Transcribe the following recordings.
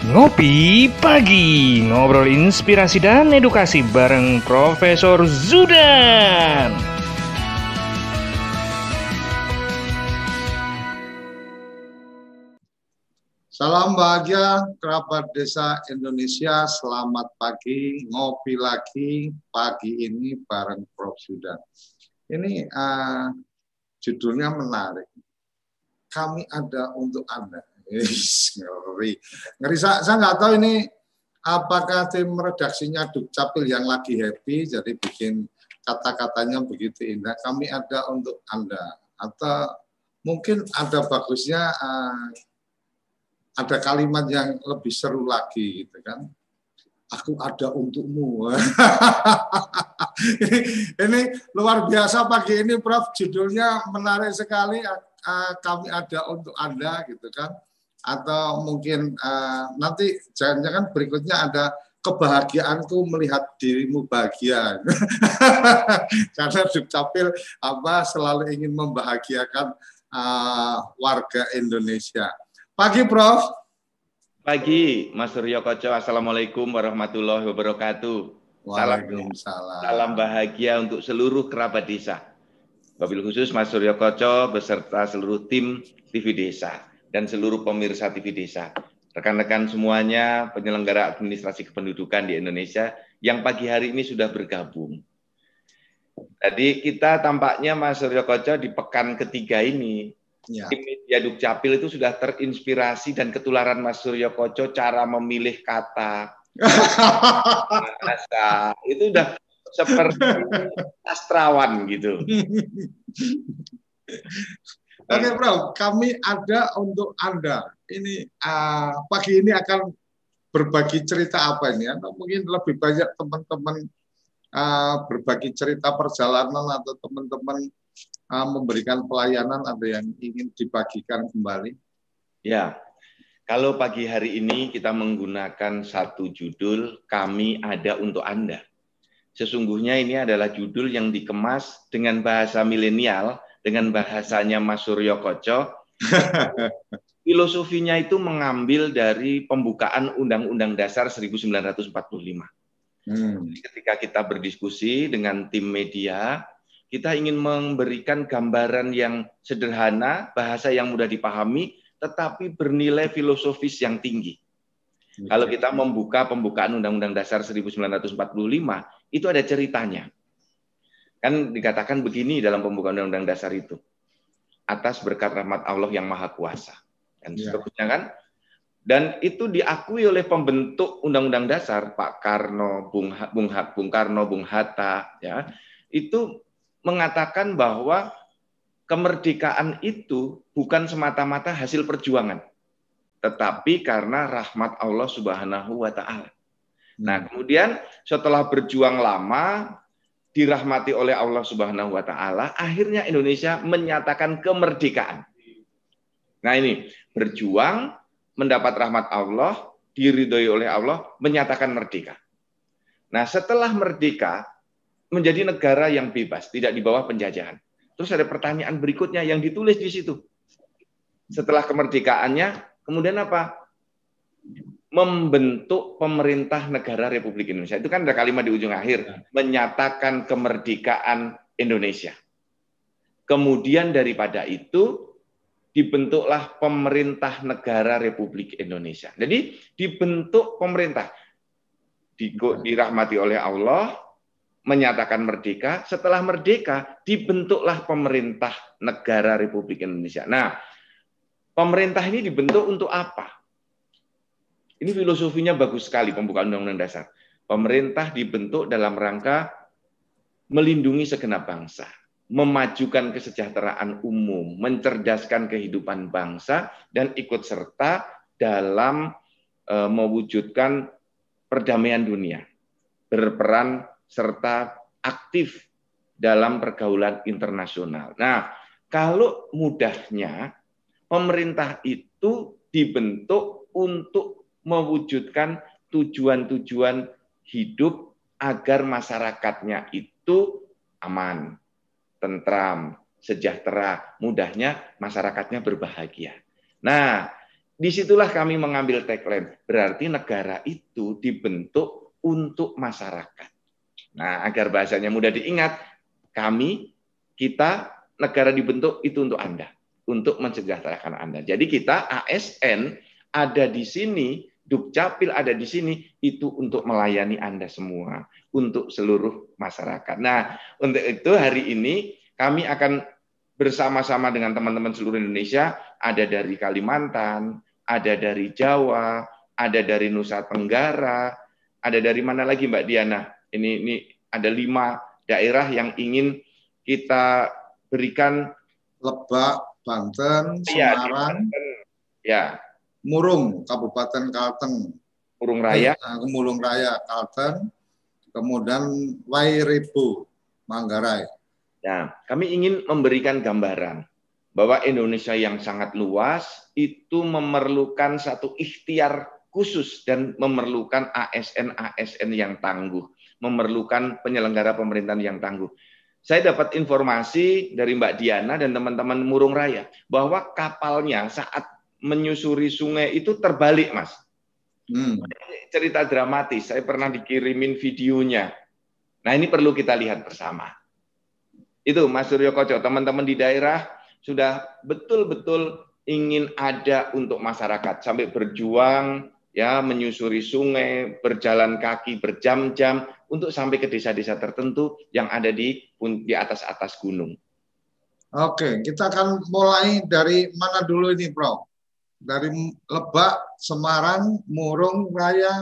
Ngopi Pagi, ngobrol inspirasi dan edukasi bareng Profesor Zudan. Salam bahagia kerabat desa Indonesia, selamat pagi, ngopi lagi pagi ini bareng Prof. Zudan. Ini judulnya menarik, kami ada untuk Anda. Ngeri. Saya nggak tahu ini apakah tim redaksinya Dukcapil yang lagi happy, jadi bikin kata-katanya begitu indah, kami ada untuk Anda. Atau mungkin ada bagusnya ada kalimat yang lebih seru lagi gitu kan. Aku ada untukmu. ini luar biasa pagi ini Prof. Judulnya menarik sekali. Kami ada untuk Anda gitu kan. Atau mungkin nanti jangan-jangan berikutnya ada kebahagiaanku melihat dirimu bahagia. Karena Dukcapil selalu ingin membahagiakan warga Indonesia. Pagi, Prof. Pagi, Mas Suryo Koco. Assalamualaikum warahmatullahi wabarakatuh. Waalaikumsalam. Salam bahagia untuk seluruh kerabat desa. Wabil khusus Mas Suryo Koco beserta seluruh tim TV Desa dan seluruh pemirsa TV Desa. Rekan-rekan semuanya, penyelenggara administrasi kependudukan di Indonesia yang pagi hari ini sudah bergabung. Jadi kita tampaknya Mas Suryo Koco di pekan ketiga ini, tim media Dukcapil itu sudah terinspirasi dan ketularan Mas Suryo Koco cara memilih kata, bahasa, itu udah seperti sastrawan gitu. Oke, Bro, kami ada untuk Anda. Ini pagi ini akan berbagi cerita apa ini? Atau mungkin lebih banyak teman-teman berbagi cerita perjalanan atau teman-teman memberikan pelayanan, ada yang ingin dibagikan kembali? Ya, kalau pagi hari ini kita menggunakan satu judul, Kami Ada Untuk Anda. Sesungguhnya ini adalah judul yang dikemas dengan bahasa milenial, dengan bahasanya Mas Suryo Koco. Filosofinya itu mengambil dari pembukaan Undang-Undang Dasar 1945. Jadi ketika kita berdiskusi dengan tim media, kita ingin memberikan gambaran yang sederhana, bahasa yang mudah dipahami, tetapi bernilai filosofis yang tinggi. Kalau kita membuka pembukaan Undang-Undang Dasar 1945, itu ada ceritanya. Kan dikatakan begini dalam pembukaan Undang-Undang Dasar itu. Atas berkat rahmat Allah yang Maha Kuasa. Dan seterusnya kan. Dan itu diakui oleh pembentuk Undang-Undang Dasar, Pak Karno, Bung Karno, Bung Hatta, ya, itu mengatakan bahwa kemerdekaan itu bukan semata-mata hasil perjuangan, tetapi karena rahmat Allah Subhanahu wa Ta'ala. Nah, kemudian setelah berjuang lama, dirahmati oleh Allah Subhanahu wa Ta'ala, akhirnya Indonesia menyatakan kemerdekaan. Nah, ini berjuang, mendapat rahmat Allah, diridhoi oleh Allah, menyatakan merdeka. Nah, setelah merdeka, menjadi negara yang bebas, tidak di bawah penjajahan. Terus ada pertanyaan berikutnya yang ditulis di situ. Setelah kemerdekaannya, kemudian apa? Membentuk pemerintah negara Republik Indonesia. Itu kan ada kalimat di ujung akhir, menyatakan kemerdekaan Indonesia. Kemudian daripada itu, dibentuklah pemerintah negara Republik Indonesia. Jadi dibentuk pemerintah, dirahmati oleh Allah, menyatakan merdeka. Setelah merdeka, dibentuklah pemerintah negara Republik Indonesia. Nah, pemerintah ini dibentuk untuk apa? Ini filosofinya bagus sekali pembukaan Undang-Undang Dasar. Pemerintah dibentuk dalam rangka melindungi segenap bangsa, memajukan kesejahteraan umum, mencerdaskan kehidupan bangsa, dan ikut serta dalam mewujudkan perdamaian dunia, berperan serta aktif dalam pergaulan internasional. Nah, kalau mudahnya, pemerintah itu dibentuk untuk mewujudkan tujuan-tujuan hidup agar masyarakatnya itu aman, tentram, sejahtera, mudahnya masyarakatnya berbahagia. Nah, disitulah kami mengambil tagline, berarti negara itu dibentuk untuk masyarakat. Nah, agar bahasanya mudah diingat, kita, negara dibentuk itu untuk Anda, untuk mensejahterakan Anda. Jadi kita ASN ada di sini, Dukcapil ada di sini, itu untuk melayani Anda semua, untuk seluruh masyarakat. Nah, untuk itu hari ini kami akan bersama-sama dengan teman-teman seluruh Indonesia, ada dari Kalimantan, ada dari Jawa, ada dari Nusa Tenggara, ada dari mana lagi Mbak Diana? Ini ada 5 daerah yang ingin kita berikan. Lebak, Banten, Semarang, ya, Murung, Kabupaten Kalteng, Murung Raya, Kalteng, kemudian Wairebo, Manggarai. Nah, kami ingin memberikan gambaran bahwa Indonesia yang sangat luas itu memerlukan satu ikhtiar khusus dan memerlukan ASN yang tangguh, memerlukan penyelenggara pemerintahan yang tangguh. Saya dapat informasi dari Mbak Diana dan teman-teman Murung Raya bahwa kapalnya saat menyusuri sungai itu terbalik, Mas. Cerita dramatis, saya pernah dikirimin videonya. Nah, ini perlu kita lihat bersama. Itu Mas Suryo Koco, teman-teman di daerah sudah betul-betul ingin ada untuk masyarakat, sampai berjuang ya menyusuri sungai, berjalan kaki berjam-jam untuk sampai ke desa-desa tertentu yang ada di atas gunung. Oke, kita akan mulai dari mana dulu ini, Prof? Dari Lebak, Semarang, Murung Raya,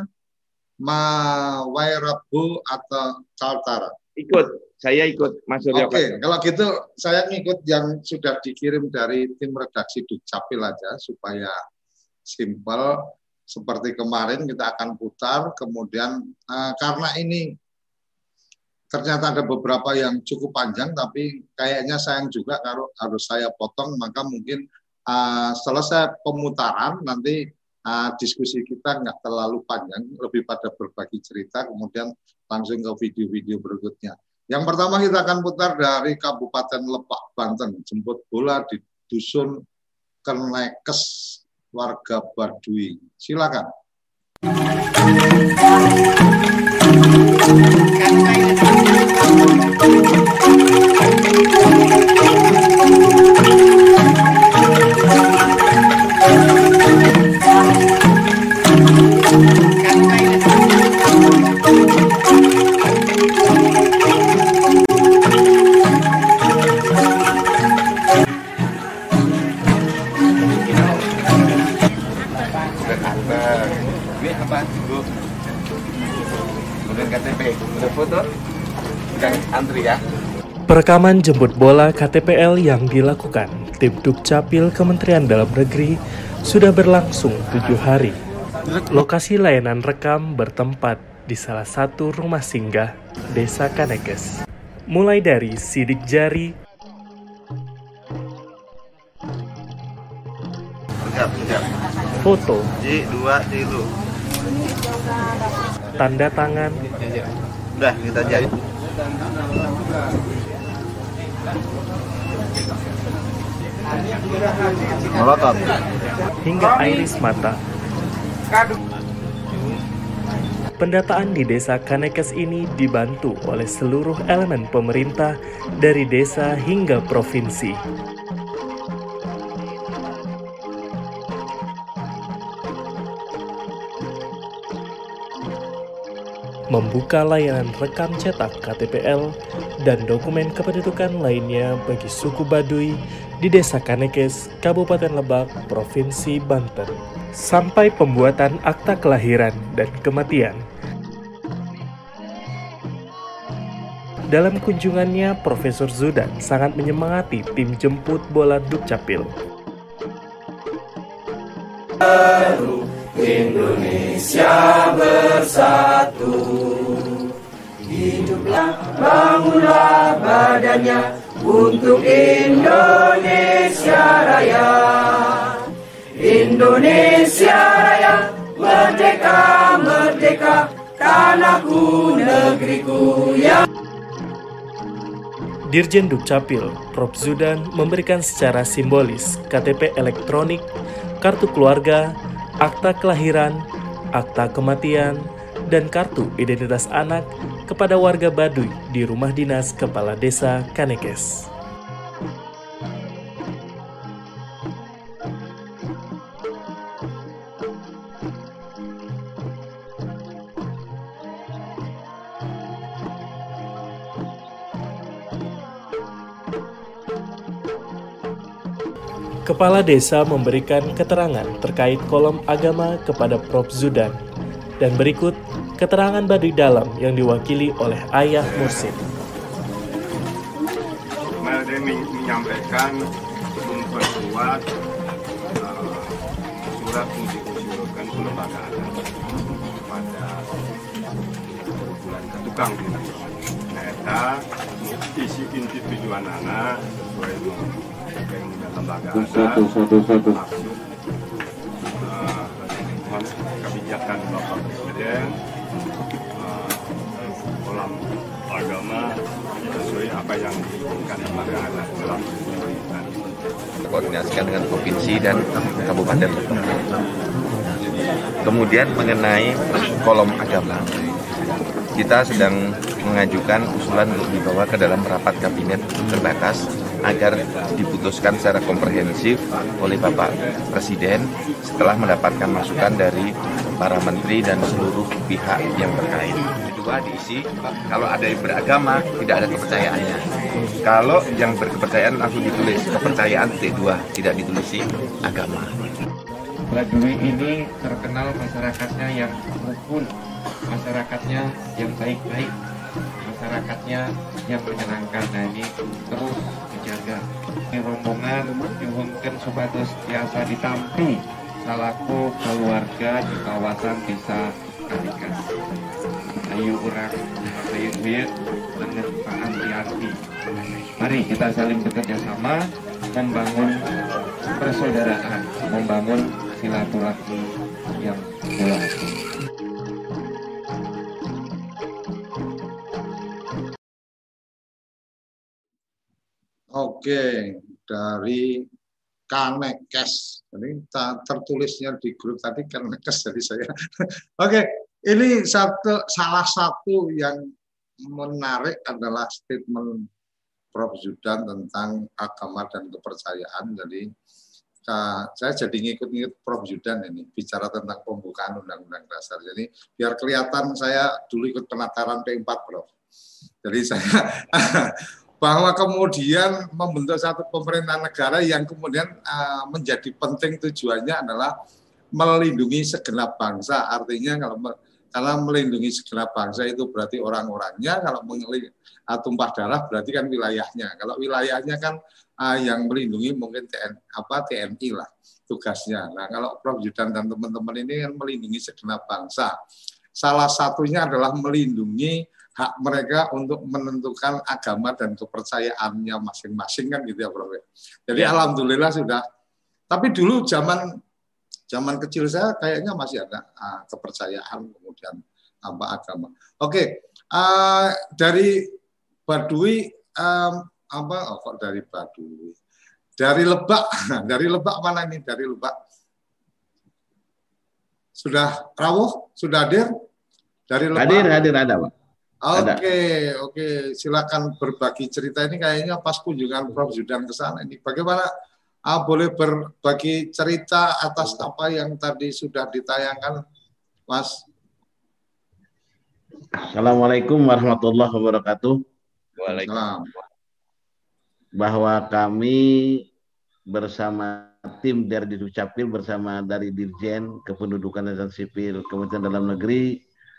Wairebo atau Kaltara? Saya ikut Mas Suryo. Oke, kalau gitu saya ngikut yang sudah dikirim dari tim redaksi Dukcapil aja supaya simpel. Seperti kemarin kita akan putar, kemudian karena ini ternyata ada beberapa yang cukup panjang, tapi kayaknya sayang juga kalau harus saya potong, maka mungkin selesai pemutaran nanti diskusi kita nggak terlalu panjang, lebih pada berbagi cerita, kemudian langsung ke video-video berikutnya. Yang pertama kita akan putar dari Kabupaten Lebak, Banten, jemput bola di Dusun Kenekes, warga Baduy. Silakan. Perekaman jemput bola KTPL yang dilakukan tim Dukcapil Kementerian Dalam Negeri sudah berlangsung 7 hari. Lokasi layanan rekam bertempat di salah satu rumah singgah Desa Kanekes. Mulai dari sidik jari, foto, tanda tangan, udah kita jahit. melotot, hingga iris mata. Pendataan di Desa Kanekes ini dibantu oleh seluruh elemen pemerintah dari desa hingga provinsi. Membuka layanan rekam cetak KTPL dan dokumen kependudukan lainnya bagi suku Baduy di Desa Kanekes, Kabupaten Lebak, Provinsi Banten, sampai pembuatan akta kelahiran dan kematian. Dalam kunjungannya, Profesor Zudan sangat menyemangati tim jemput bola Dukcapil. Indonesia bersatu, hiduplah, bangunlah badannya untuk Indonesia Raya. Indonesia Raya, merdeka, merdeka, tanahku, negeriku yang... Dirjen Dukcapil, Prof. Zudan memberikan secara simbolis KTP elektronik kartu keluarga, akta kelahiran, akta kematian, dan kartu identitas anak kepada warga Baduy di rumah dinas Kepala Desa Kanekes. Kepala desa memberikan keterangan terkait kolom agama kepada Prof. Zudan. Dan berikut keterangan Baduy Dalam yang diwakili oleh Ayah Mursid. Saya menyampaikan memperkuat surat yang diusulkan kelembagaan kepada bulan ketukang ternyata isi inti tujuan anak sesuai dengan lembaga maksud kebijakan Bapak Presiden kolam agama sesuai apa yang diinginkan lembaga anak dalam pemerintahan. Koordinasikan dengan provinsi dan kabupaten. Kemudian mengenai kolom agama, kita sedang mengajukan usulan untuk dibawa ke dalam rapat kabinet terbatas agar diputuskan secara komprehensif oleh Bapak Presiden setelah mendapatkan masukan dari para menteri dan seluruh pihak yang terkait. Kedua, diisi kalau ada yang beragama tidak ada kepercayaannya. Kalau yang berkepercayaan langsung ditulis kepercayaan T2, tidak ditulisi agama. Baduy ini terkenal masyarakatnya yang rukun, masyarakatnya yang baik-baik, masyarakatnya yang menyenangkan. Nah ini terus dijaga. Ini rombongan nyuhunkeun supados biasa ditampi salaku keluarga di kawasan desa Kanekes. Ayo urang ayo duit dengan Pak Anti-Anti. Mari kita saling bekerja sama membangun persaudaraan, membangun silaturahmi yang jelas. Oke, dari Kanekes. Ini tertulisnya di grup tadi Kanekes dari saya. Oke, ini salah satu yang menarik adalah statement Prof. Zudan tentang agama dan kepercayaan. Jadi saya jadi ngikut-ngikut Prof. Zudan ini bicara tentang pembukaan Undang-Undang Dasar. Jadi biar kelihatan saya dulu ikut penataran P4, Prof. Jadi saya bahwa kemudian membentuk satu pemerintahan negara yang kemudian menjadi penting tujuannya adalah melindungi segenap bangsa. Artinya karena melindungi segenap bangsa itu berarti orang-orangnya, kalau tumpah darah berarti kan wilayahnya. Kalau wilayahnya kan yang melindungi mungkin TNI lah tugasnya. Nah kalau Prof. Zudan dan teman-teman ini kan melindungi segenap bangsa. Salah satunya adalah melindungi hak mereka untuk menentukan agama dan kepercayaannya masing-masing kan gitu ya Prof. Jadi alhamdulillah sudah. Tapi dulu zaman kecil saya kayaknya masih ada kepercayaan kemudian agama. Oke, dari Baduy kok dari Baduy? Dari Lebak, dari Lebak mana ini? Dari Lebak sudah rawuh, sudah hadir? Dari Lebak. Hadir ada Pak. Oke, silakan berbagi cerita ini kayaknya pas kunjungan Prof. Zudan ke sana ini. Bagaimana boleh berbagi cerita atas apa yang tadi sudah ditayangkan, Mas? Assalamualaikum warahmatullahi wabarakatuh. Waalaikumsalam. Bahwa kami bersama tim dari Dukcapil bersama dari Dirjen Kependudukan dan Sipil Kementerian Dalam Negeri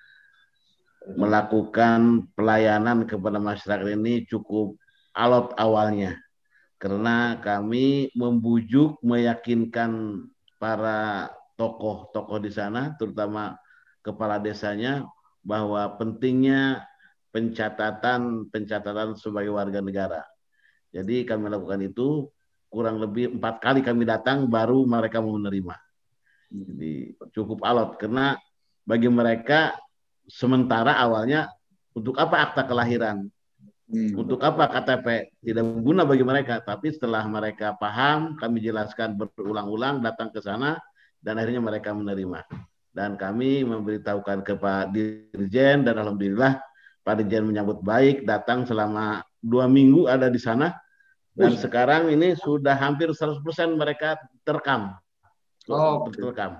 melakukan pelayanan kepada masyarakat ini cukup alot awalnya. Karena kami membujuk, meyakinkan para tokoh-tokoh di sana, terutama kepala desanya, bahwa pentingnya pencatatan sebagai warga negara. Jadi kami lakukan itu, kurang lebih 4 kali kami datang, baru mereka mau menerima. Jadi cukup alot, karena bagi mereka sementara awalnya untuk apa akta kelahiran? Untuk apa KTP? Tidak berguna bagi mereka. Tapi setelah mereka paham, kami jelaskan berulang-ulang, datang ke sana, dan akhirnya mereka menerima. Dan kami memberitahukan ke Pak Dirjen, dan alhamdulillah Pak Dirjen menyambut baik, datang selama 2 minggu ada di sana. Dan sekarang ini sudah hampir 100% mereka terekam. Terekam.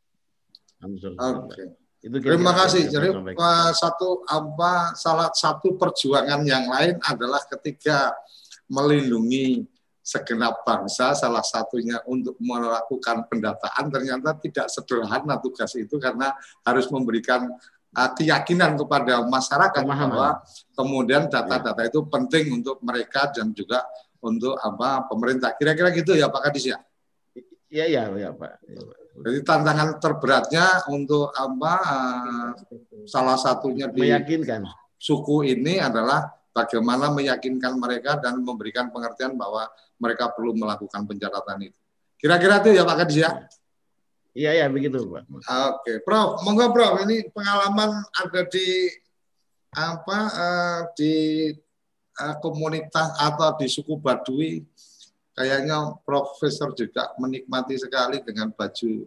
Oke. Terima kasih. Jadi salah satu perjuangan yang lain adalah ketika melindungi segenap bangsa, salah satunya untuk melakukan pendataan, ternyata tidak sederhana tugas itu karena harus memberikan keyakinan kepada masyarakat bahwa kemudian data-data itu penting untuk mereka dan juga untuk pemerintah. Kira-kira gitu ya Pak Kadis ya? Iya Pak. Jadi tantangan terberatnya untuk salah satunya di meyakinkan suku ini adalah bagaimana meyakinkan mereka dan memberikan pengertian bahwa mereka perlu melakukan pencatatan itu. Kira-kira itu ya Pak Kadis ya? Iya begitu Pak. Oke, Prof, monggo Prof, ini pengalaman ada di di komunitas atau di suku Baduy. Kayaknya Profesor juga menikmati sekali dengan baju.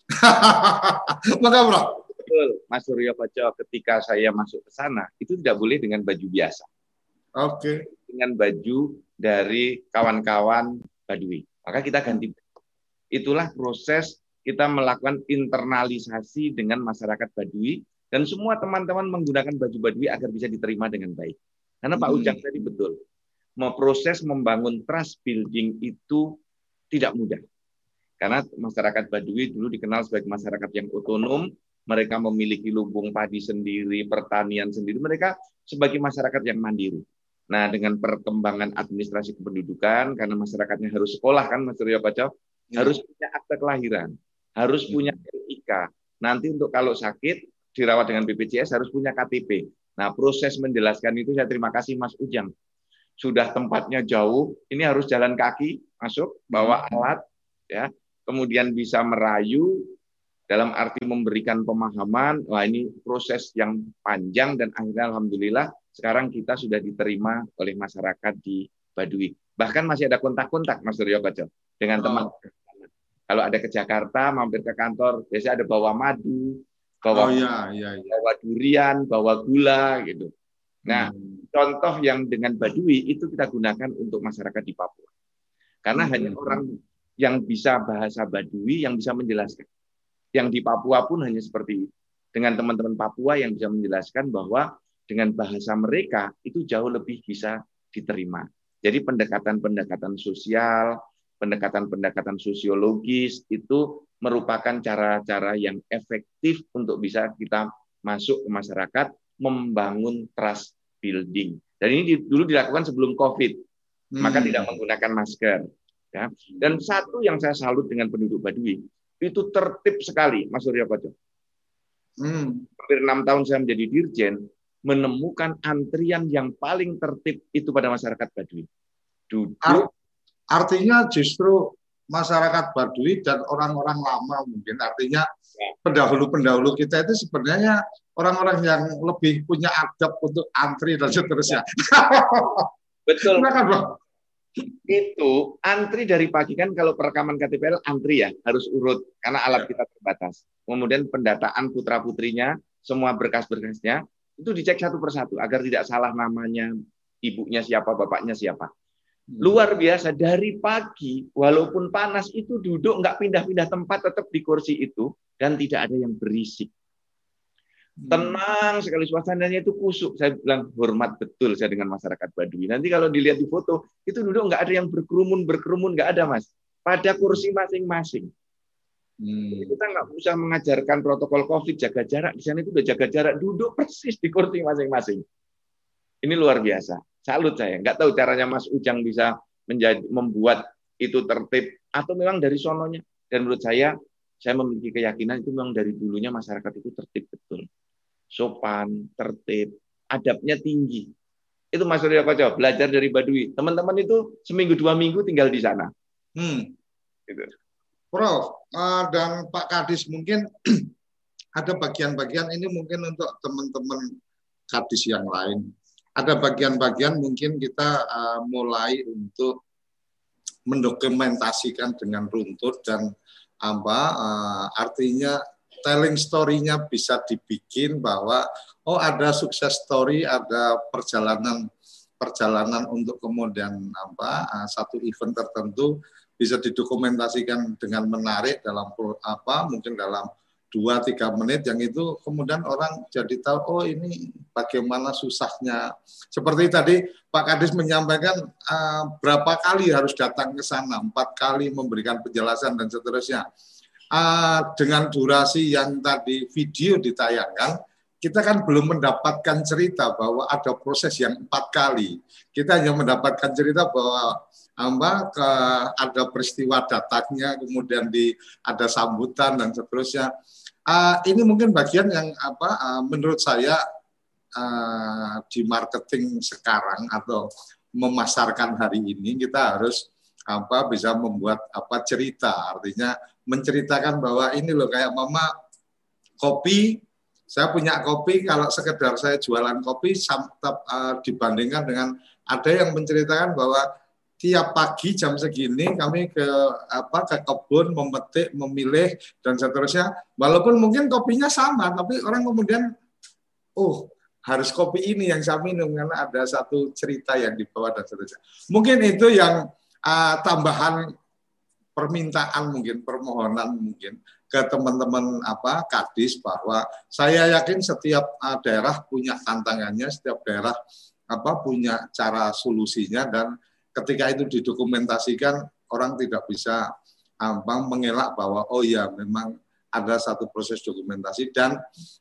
Maka Prof. Betul, Mas Suryo Koco, ketika saya masuk ke sana, itu tidak boleh dengan baju biasa. Oke. Dengan baju dari kawan-kawan Baduy. Maka kita ganti. Itulah proses kita melakukan internalisasi dengan masyarakat Baduy, dan semua teman-teman menggunakan baju Baduy agar bisa diterima dengan baik. Karena Pak Ujang tadi betul. Proses membangun trust building itu tidak mudah. Karena masyarakat Baduy dulu dikenal sebagai masyarakat yang otonom, mereka memiliki lumbung padi sendiri, pertanian sendiri, mereka sebagai masyarakat yang mandiri. Nah, dengan perkembangan administrasi kependudukan, karena masyarakatnya harus sekolah kan, Mas Suryo Koco, harus punya akte kelahiran, harus punya NIK. Nanti untuk kalau sakit, dirawat dengan BPJS, harus punya KTP. Nah, proses menjelaskan itu saya terima kasih Mas Ujang. Sudah tempatnya jauh, ini harus jalan kaki masuk, bawa alat, ya, kemudian bisa merayu, dalam arti memberikan pemahaman. Wah, ini proses yang panjang dan akhirnya alhamdulillah sekarang kita sudah diterima oleh masyarakat di Baduy. Bahkan masih ada kontak-kontak Mas Suryo Koco dengan teman. Kalau ada ke Jakarta, mampir ke kantor, biasanya ada bawa madu, bawa durian, bawa gula, gitu. Nah, contoh yang dengan Baduy itu kita gunakan untuk masyarakat di Papua. Karena hanya orang yang bisa bahasa Baduy yang bisa menjelaskan. Yang di Papua pun hanya seperti itu. Dengan teman-teman Papua yang bisa menjelaskan bahwa dengan bahasa mereka itu jauh lebih bisa diterima. Jadi pendekatan-pendekatan sosial, pendekatan-pendekatan sosiologis itu merupakan cara-cara yang efektif untuk bisa kita masuk ke masyarakat, membangun trust building. Dan ini dulu dilakukan sebelum COVID, maka tidak menggunakan masker. Ya. Dan satu yang saya salut dengan penduduk Baduy, itu tertib sekali, Mas Suryo Koco. Hampir 6 tahun saya menjadi dirjen, menemukan antrian yang paling tertib itu pada masyarakat Baduy. Duduk. Artinya justru masyarakat Baduy dan orang-orang lama mungkin, artinya pendahulu-pendahulu kita itu sebenarnya orang-orang yang lebih punya adab untuk antri dan seterusnya. Betul. Bro. Itu antri dari pagi kan, kalau perekaman KTPL antri ya, harus urut karena alat kita terbatas. Kemudian pendataan putra-putrinya, semua berkas-berkasnya itu dicek satu persatu agar tidak salah namanya, ibunya siapa, bapaknya siapa. Luar biasa, dari pagi walaupun panas itu duduk nggak pindah-pindah tempat, tetap di kursi itu dan tidak ada yang berisik. Tenang sekali suasananya, itu kusuk. Saya bilang hormat betul saya dengan masyarakat Baduy. Nanti kalau dilihat di foto itu duduk nggak ada yang berkerumun nggak ada Mas. Pada kursi masing-masing. Jadi kita nggak usah mengajarkan protokol COVID, jaga jarak. Di sana itu udah jaga jarak, duduk persis di kursi masing-masing. Ini luar biasa. Salut saya. Nggak tahu caranya Mas Ujang bisa membuat itu tertib atau memang dari sononya. Dan menurut saya memiliki keyakinan itu memang dari dulunya masyarakat itu tertib betul. Sopan, tertib, adabnya tinggi. Itu Mas Suryo Koco, belajar dari Baduy. Teman-teman itu seminggu 2 minggu tinggal di sana. Gitu. Prof dan Pak Kadis, mungkin ada bagian-bagian ini mungkin untuk teman-teman Kadis yang lain. ada bagian-bagian mungkin kita mulai untuk mendokumentasikan dengan runtut dan artinya telling story-nya bisa dibikin bahwa ada sukses story, ada perjalanan untuk kemudian satu event tertentu bisa didokumentasikan dengan menarik dalam mungkin dalam 2-3 menit, yang itu kemudian orang jadi tahu ini bagaimana susahnya. Seperti tadi Pak Kadis menyampaikan berapa kali harus datang ke sana, 4 kali memberikan penjelasan dan seterusnya. Dengan durasi yang tadi video ditayangkan, kita kan belum mendapatkan cerita bahwa ada proses yang 4 kali. Kita hanya mendapatkan cerita bahwa ada peristiwa datangnya, kemudian ada sambutan dan seterusnya. Ini mungkin bagian yang menurut saya di marketing sekarang atau memasarkan hari ini kita harus bisa membuat cerita, artinya menceritakan bahwa ini loh kayak mama kopi, saya punya kopi, kalau sekedar saya jualan kopi dibandingkan dengan ada yang menceritakan bahwa tiap pagi jam segini kami ke kebun memetik, memilih dan seterusnya. Walaupun mungkin kopinya sama, tapi orang kemudian harus kopi ini yang saya minum karena ada satu cerita yang dibawa dan seterusnya. Mungkin itu yang tambahan permintaan mungkin, permohonan mungkin ke teman-teman Kadis, bahwa saya yakin setiap daerah punya tantangannya, setiap daerah punya cara solusinya, dan ketika itu didokumentasikan, orang tidak bisa mengelak bahwa memang ada satu proses dokumentasi. Dan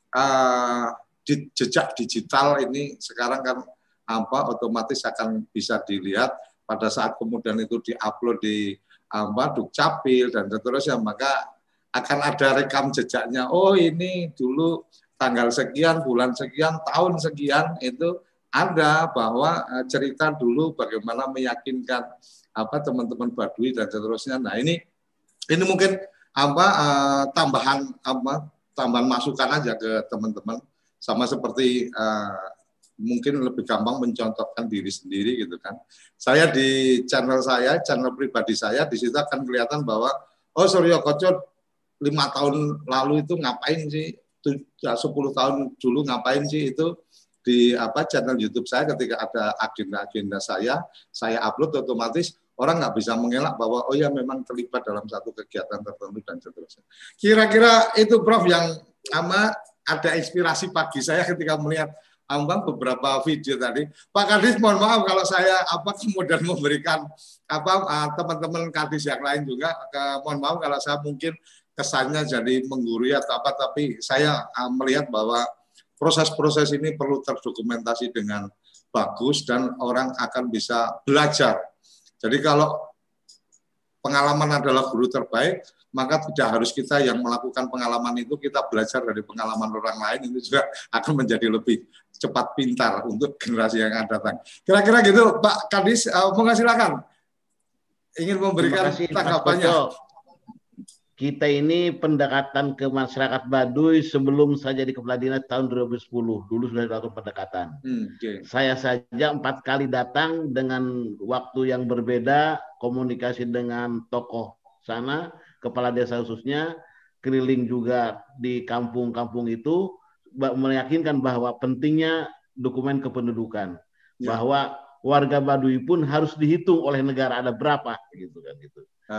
jejak digital ini sekarang kan otomatis akan bisa dilihat pada saat kemudian itu diupload di Dukcapil dan seterusnya, maka akan ada rekam jejaknya. Ini dulu tanggal sekian, bulan sekian, tahun sekian, itu ada bahwa cerita dulu bagaimana meyakinkan teman-teman Baduy dan seterusnya. Nah, ini mungkin tambahan masukan aja ke teman-teman, sama seperti mungkin lebih gampang mencontohkan diri sendiri gitu kan. Saya di channel pribadi saya, di situ akan kelihatan bahwa Suryo Koco 5 tahun lalu itu ngapain sih, 10 tahun dulu ngapain sih, itu di channel YouTube saya. Ketika ada agenda-agenda saya upload, otomatis orang nggak bisa mengelak bahwa memang terlibat dalam satu kegiatan tertentu dan seterusnya. Kira-kira itu Prof yang ada inspirasi pagi saya ketika melihat beberapa video tadi. Pak Kadis, mohon maaf kalau saya kemudian memberikan teman-teman Kadis yang lain juga, mohon maaf kalau saya mungkin kesannya jadi menggurui atau tapi saya melihat bahwa proses-proses ini perlu terdokumentasi dengan bagus dan orang akan bisa belajar. Jadi kalau pengalaman adalah guru terbaik, maka tidak harus kita yang melakukan pengalaman itu, kita belajar dari pengalaman orang lain, itu juga akan menjadi lebih cepat pintar untuk generasi yang akan datang. Kira-kira gitu Pak Kadis, monggo silakan. Ingin memberikan tanggapannya. Kita ini pendekatan ke masyarakat Baduy sebelum saya jadi kepala dinas tahun 2010. Dulu sudah dilakukan pendekatan. Saya saja 4 kali datang dengan waktu yang berbeda, komunikasi dengan tokoh sana, kepala desa khususnya, keliling juga di kampung-kampung itu, meyakinkan bahwa pentingnya dokumen kependudukan, bahwa warga Baduy pun harus dihitung oleh negara ada berapa, gitu kan gitu.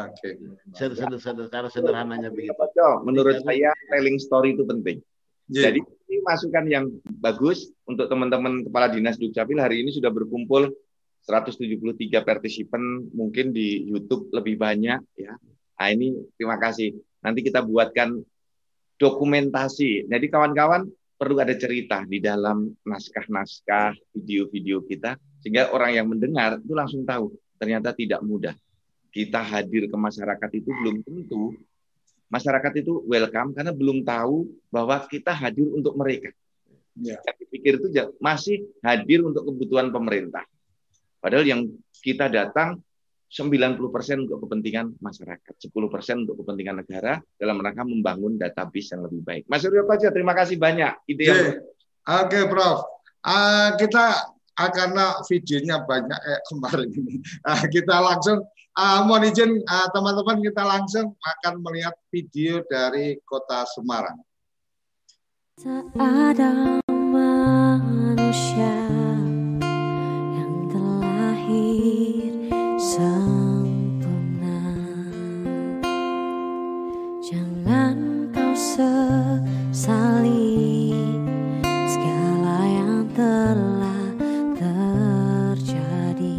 Secara sederhananya begitu. Menurut saya telling story itu penting. Jadi ini masukan yang bagus untuk teman-teman kepala dinas Dukcapil. Hari ini sudah berkumpul 173 partisipan, mungkin di YouTube lebih banyak ya. Nah, ini terima kasih. Nanti kita buatkan dokumentasi. Jadi kawan-kawan perlu ada cerita di dalam naskah-naskah, video-video kita, sehingga orang yang mendengar itu langsung tahu ternyata tidak mudah. Kita hadir ke masyarakat itu belum tentu masyarakat itu welcome, karena belum tahu bahwa kita hadir untuk mereka. Saya pikir itu masih hadir untuk kebutuhan pemerintah. Padahal yang kita datang 90% untuk kepentingan masyarakat, 10% untuk kepentingan negara dalam rangka membangun database yang lebih baik. Mas Suryo Koco, terima kasih banyak ide. Oke, Prof. Kita karena videonya banyak kemarin ini. Kita langsung mohon izin teman-teman, kita langsung akan melihat video dari Kota Semarang. Tak ada manusia yang terlahir sempurna. Jangan kau sesali segala yang telah terjadi.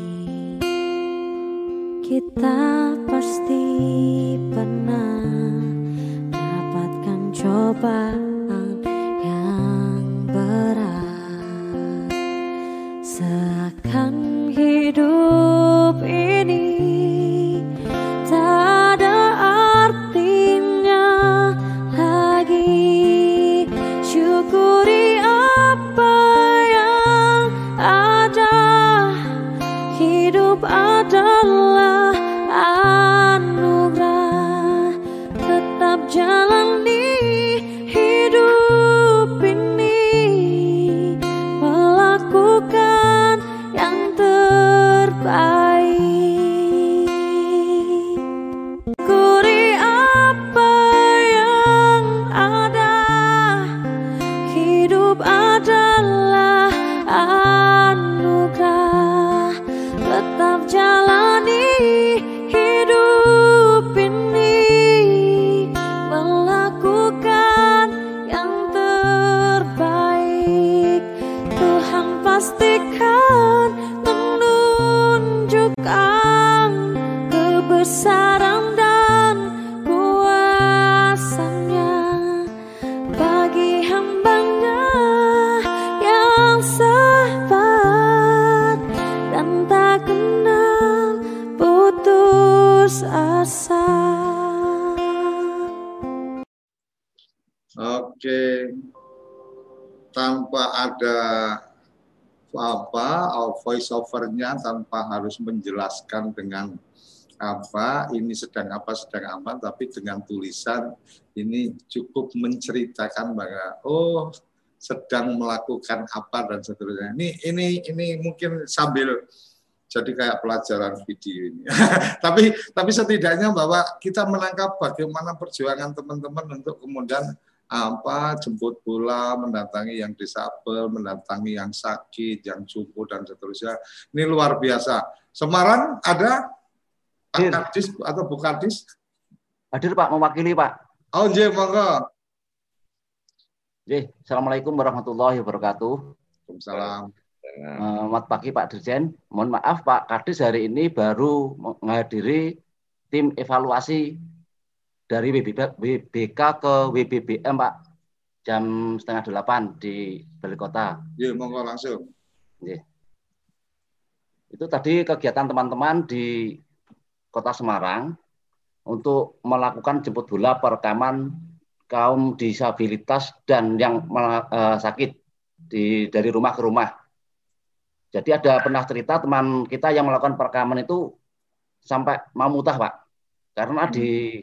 Kita pasti pernah dapatkan cobaan yang berat. Seakan hidup ini tak ada artinya lagi. Syukuri apa yang ada. Hidup adalah anugerah. Tetap jalani hidup ini, melakukan yang terbaik. Syukuri apa yang ada. Hidup adalah anugerah. Tetap jalani hidup ini, melakukan yang terbaik. Tuhan pastikan menunjukkan kebesaran dan kuasanya bagi hambanya yang sabar dan tak kenal putus asa. Oke, tanpa ada voice overnya, tanpa harus menjelaskan dengan ini sedang apa, tapi dengan tulisan ini cukup menceritakan bahwa sedang melakukan apa dan seterusnya. Ini mungkin sambil jadi kayak pelajaran video ini. tapi setidaknya bahwa kita menangkap bagaimana perjuangan teman-teman untuk kemudian jemput bola, mendatangi yang disabel, mendatangi yang sakit, yang jumbo dan seterusnya. Ini luar biasa. Semarang ada Pak Kadis atau Bu Kadis? Hadir Pak, mewakili Pak. Oh, nggih, monggo. Assalamualaikum warahmatullahi wabarakatuh. Waalaikumsalam. Selamat pagi Pak Dirjen. Mohon maaf Pak Kadis hari ini baru menghadiri tim evaluasi dari WBK ke WBBM Pak, jam 7:30 di Balai Kota. Iya, monggo langsung. Itu tadi kegiatan teman-teman di Kota Semarang untuk melakukan jemput bola perekaman kaum disabilitas dan yang sakit dari rumah ke rumah. Jadi ada pernah cerita teman kita yang melakukan perekaman itu sampai mau mutah Pak, karena di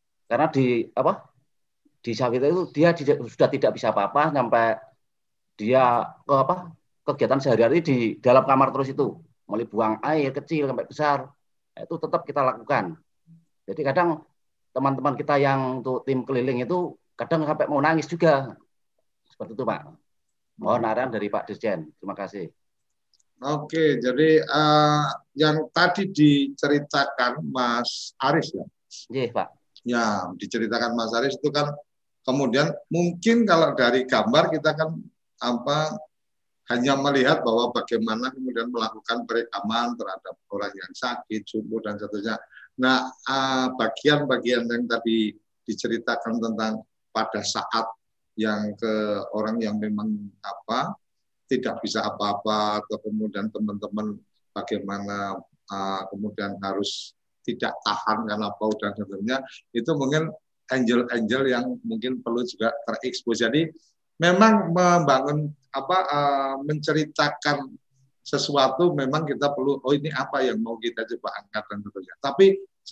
disabilitas itu dia sudah tidak bisa apa-apa, sampai dia kegiatan sehari-hari di dalam kamar terus itu, mulai buang air kecil sampai besar, itu tetap kita lakukan. Jadi kadang teman-teman kita yang untuk tim keliling itu kadang sampai mau nangis juga, seperti itu Pak. Mohon arahan dari Pak Dirjen. Terima kasih. Oke, jadi yang tadi diceritakan Mas Aris ya? Iya Pak. Ya, diceritakan Mas Aris itu kan kemudian mungkin kalau dari gambar kita kan hanya melihat bahwa bagaimana kemudian melakukan perekaman terhadap orang yang sakit, jumbo dan seterusnya. Nah, bagian-bagian yang tadi diceritakan tentang pada saat yang ke orang yang memang tidak bisa apa-apa, atau kemudian teman-teman bagaimana kemudian harus tidak tahan karena bau dan sebagainya, itu mungkin angel-angel yang mungkin perlu juga terekspos. Jadi memang membangun menceritakan sesuatu memang kita perlu, ini apa yang mau kita coba angkat dan sebagainya. Tapi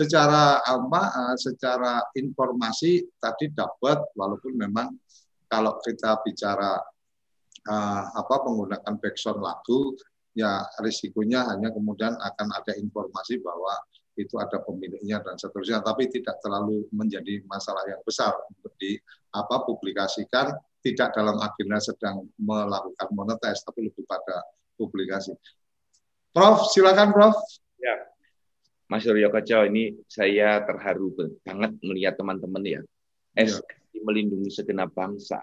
secara informasi tadi dapat, walaupun memang kalau kita bicara menggunakan backsound lagu, ya risikonya hanya kemudian akan ada informasi bahwa itu ada pemiliknya dan seterusnya, tapi tidak terlalu menjadi masalah yang besar untuk dipublikasikan, tidak dalam agenda sedang melakukan monetize, tapi lebih pada publikasi. Prof, silakan Prof. Ya, Mas Suryo Koco, ini saya terharu banget melihat teman-teman ya. SKI melindungi segenap bangsa.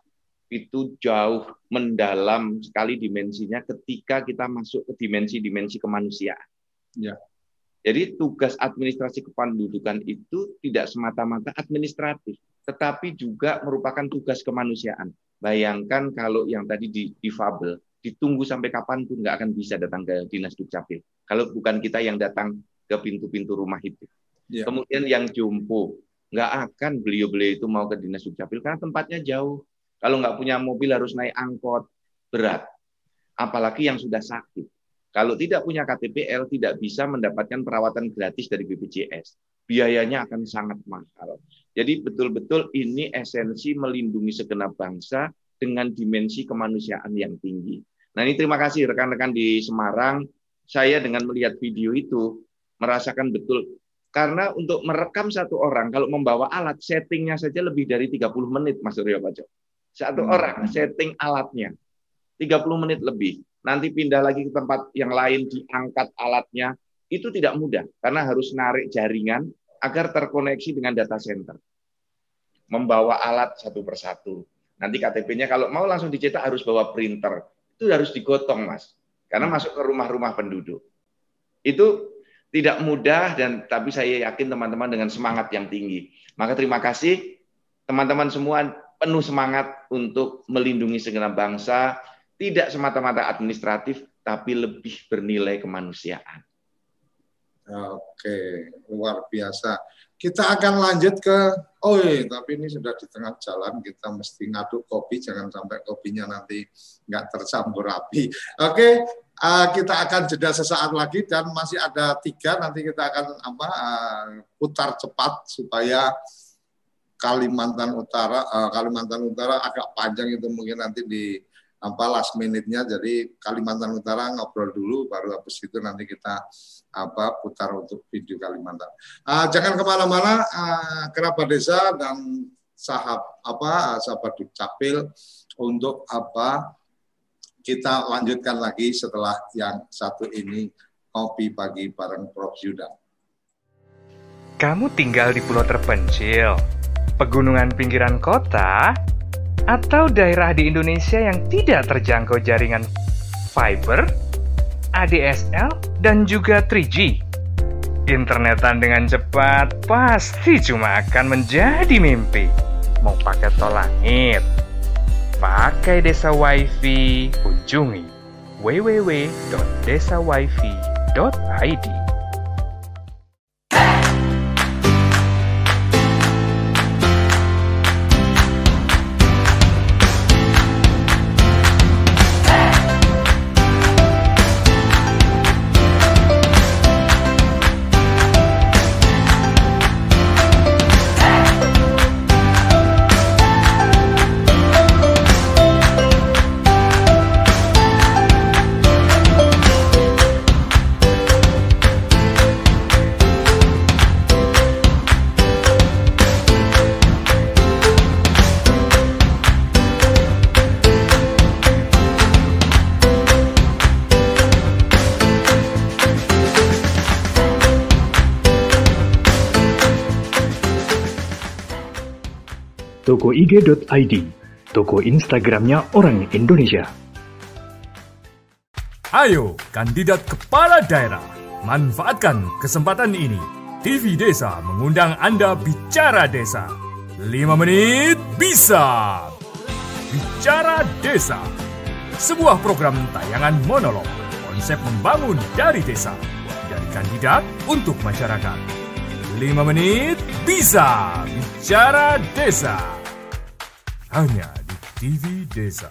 Itu jauh mendalam sekali dimensinya ketika kita masuk ke dimensi-dimensi kemanusiaan. Ya. Jadi tugas administrasi kependudukan itu tidak semata-mata administratif, tetapi juga merupakan tugas kemanusiaan. Bayangkan kalau yang tadi difabel, ditunggu sampai kapanpun nggak akan bisa datang ke Dinas Dukcapil. Kalau bukan kita yang datang ke pintu-pintu rumah itu. Ya. Kemudian yang jompo, nggak akan beliau-beliau itu mau ke Dinas Dukcapil karena tempatnya jauh. Kalau nggak punya mobil harus naik angkot, berat. Apalagi yang sudah sakit. Kalau tidak punya KTPL, tidak bisa mendapatkan perawatan gratis dari BPJS. Biayanya akan sangat mahal. Jadi betul-betul ini esensi melindungi segenap bangsa dengan dimensi kemanusiaan yang tinggi. Nah ini terima kasih rekan-rekan di Semarang. Saya dengan melihat video itu merasakan betul. Karena untuk merekam satu orang, kalau membawa alat, settingnya saja lebih dari 30 menit, Mas Suryo Koco. Satu orang setting alatnya, 30 menit lebih. Nanti pindah lagi ke tempat yang lain, diangkat alatnya, itu tidak mudah, karena harus narik jaringan agar terkoneksi dengan data center. Membawa alat satu persatu. Nanti KTP-nya kalau mau langsung dicetak harus bawa printer. Itu harus digotong, Mas. Karena masuk ke rumah-rumah penduduk. Itu tidak mudah, tapi saya yakin teman-teman dengan semangat yang tinggi. Maka terima kasih, teman-teman semua penuh semangat untuk melindungi segenap bangsa, tidak semata-mata administratif, tapi lebih bernilai kemanusiaan. Oke, luar biasa. Kita akan lanjut ke, tapi ini sudah di tengah jalan, kita mesti ngaduk kopi, jangan sampai kopinya nanti nggak tercampur api. Oke, kita akan jeda sesaat lagi dan masih ada 3, nanti kita akan putar cepat supaya Kalimantan Utara agak panjang itu mungkin nanti di last minute-nya, jadi Kalimantan Utara ngobrol dulu, baru habis itu nanti kita putar untuk video Kalimantan. Jangan kemana-mana, kerabat desa dan sahabat Dukcapil untuk kita lanjutkan lagi setelah yang satu ini, Ngopi Pagi bareng Prof. Zudan. Kamu tinggal di pulau terpencil, pegunungan pinggiran kota, atau daerah di Indonesia yang tidak terjangkau jaringan fiber, ADSL, dan juga 3G. Internetan dengan cepat pasti cuma akan menjadi mimpi. Mau pakai tol langit, pakai Desa Wifi, kunjungi www.desawifi.id. Toko IG.id, toko Instagramnya orang Indonesia. Ayo, kandidat kepala daerah, manfaatkan kesempatan ini. TV Desa mengundang Anda bicara desa. 5 menit bisa. Bicara Desa, sebuah program tayangan monolog, konsep membangun dari desa, dari kandidat untuk masyarakat. 5 menit bisa. Bicara Desa. Hanya di TV Desa.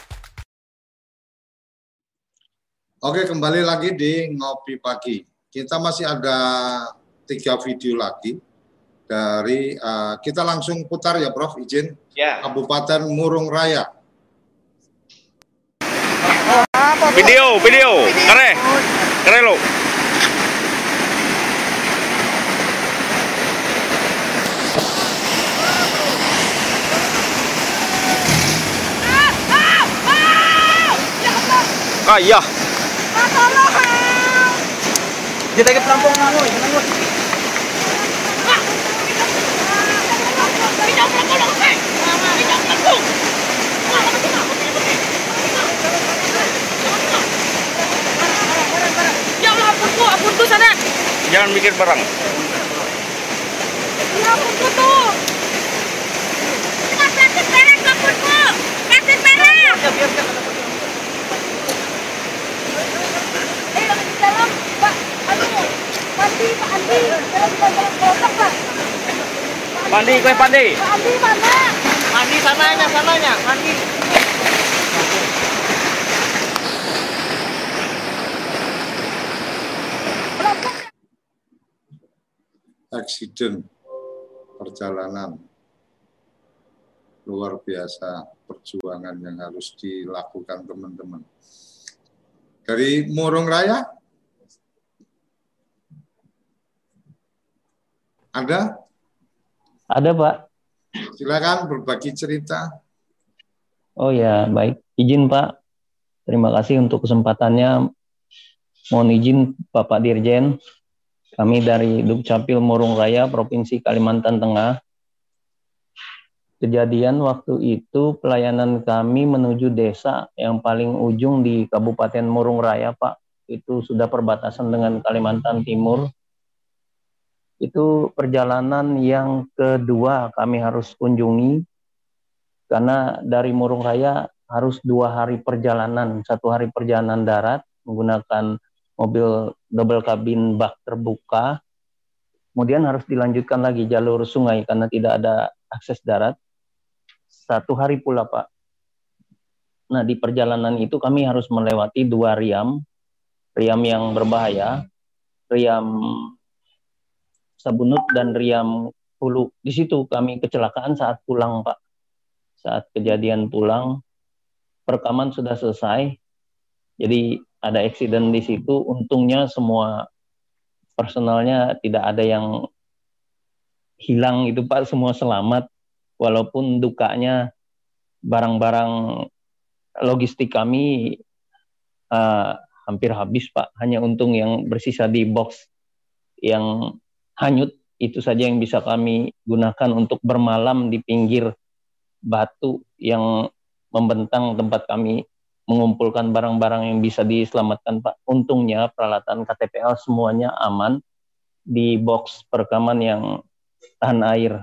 Oke, kembali lagi di Ngopi Pagi. Kita masih ada 3 video lagi dari kita langsung putar ya, Prof. Izin. Ya. Kabupaten Murung Raya. Video, keren lo. Iya. Kita ke pelampung nangoy. Ya Allah, ampun sana. Jangan mikir barang. Ya ampun tuh. Plastik merah, ampun. Plastik merah. Dalam Pak, aduh, Pandi, Pak Andi, dalam kotak Pak. Pandi, kue Pandi. Pak Andi mana? Pandi sananya, Pandi. Aksiden perjalanan luar biasa, perjuangan yang harus dilakukan teman-teman. Dari Murung Raya? Ada? Ada, Pak. Silakan berbagi cerita. Oh ya, baik. Izin, Pak. Terima kasih untuk kesempatannya. Mohon izin, Bapak Dirjen. Kami dari Dukcapil Murung Raya, Provinsi Kalimantan Tengah. Kejadian waktu itu pelayanan kami menuju desa yang paling ujung di Kabupaten Murung Raya, Pak. Itu sudah perbatasan dengan Kalimantan Timur. Itu perjalanan yang kedua kami harus kunjungi, karena dari Murung Raya harus 2 hari perjalanan, 1 hari perjalanan darat menggunakan mobil double kabin bak terbuka, kemudian harus dilanjutkan lagi jalur sungai karena tidak ada akses darat. 1 hari pula, Pak. Nah, di perjalanan itu kami harus melewati 2 riam yang berbahaya, riam Sabunut dan riam Hulu. Di situ kami kecelakaan saat pulang, Pak. Saat kejadian pulang, perekaman sudah selesai, jadi ada eksiden di situ. Untungnya semua personalnya tidak ada yang hilang itu, Pak, semua selamat. Walaupun dukanya barang-barang logistik kami hampir habis, Pak. Hanya untung yang bersisa di box yang hanyut, itu saja yang bisa kami gunakan untuk bermalam di pinggir batu yang membentang tempat kami mengumpulkan barang-barang yang bisa diselamatkan, Pak. Untungnya peralatan KTPL semuanya aman di box perekaman yang tahan air.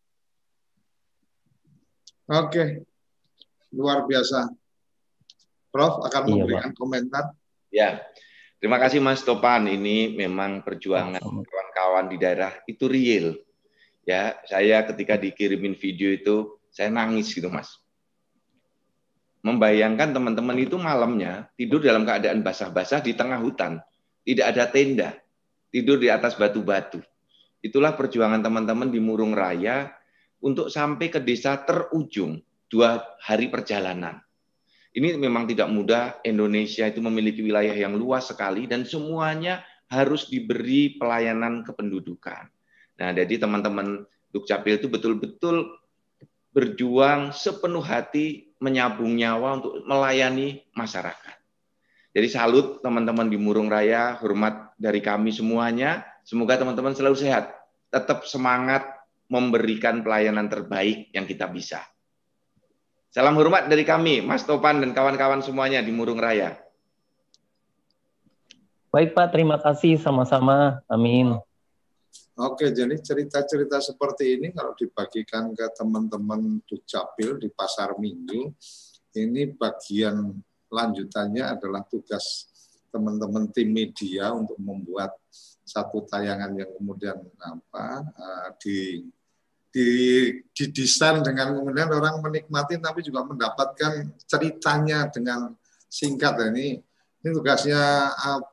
Oke, luar biasa. Prof akan memberikan komentar. Ya, terima kasih Mas Topan. Ini memang perjuangan kawan-kawan di daerah itu real. Ya, saya ketika dikirimin video itu saya nangis gitu, Mas. Membayangkan teman-teman itu malamnya tidur dalam keadaan basah-basah di tengah hutan, tidak ada tenda, tidur di atas batu-batu. Itulah perjuangan teman-teman di Murung Raya untuk sampai ke desa terujung, 2 hari perjalanan. Ini memang tidak mudah. Indonesia itu memiliki wilayah yang luas sekali dan semuanya harus diberi pelayanan kependudukan. Nah, jadi teman-teman Dukcapil itu betul-betul berjuang sepenuh hati, menyabung nyawa untuk melayani masyarakat. Jadi salut teman-teman di Murung Raya, hormat dari kami semuanya. Semoga teman-teman selalu sehat, tetap semangat memberikan pelayanan terbaik yang kita bisa. Salam hormat dari kami, Mas Topan dan kawan-kawan semuanya di Murung Raya. Baik, Pak, terima kasih sama-sama. Amin. Oke, jadi cerita-cerita seperti ini kalau dibagikan ke teman-teman Dukcapil di Pasar Minggu, ini bagian lanjutannya adalah tugas teman-teman tim media untuk membuat satu tayangan yang kemudian didesain dengan kemudian orang menikmati tapi juga mendapatkan ceritanya dengan singkat. Ini tugasnya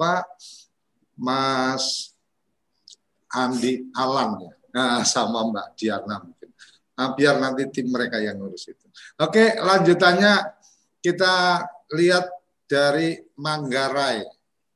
Mas Andi Alan ya, sama Mbak Diana mungkin. Biar nanti tim mereka yang ngurus itu. Oke, lanjutannya kita lihat dari Manggarai.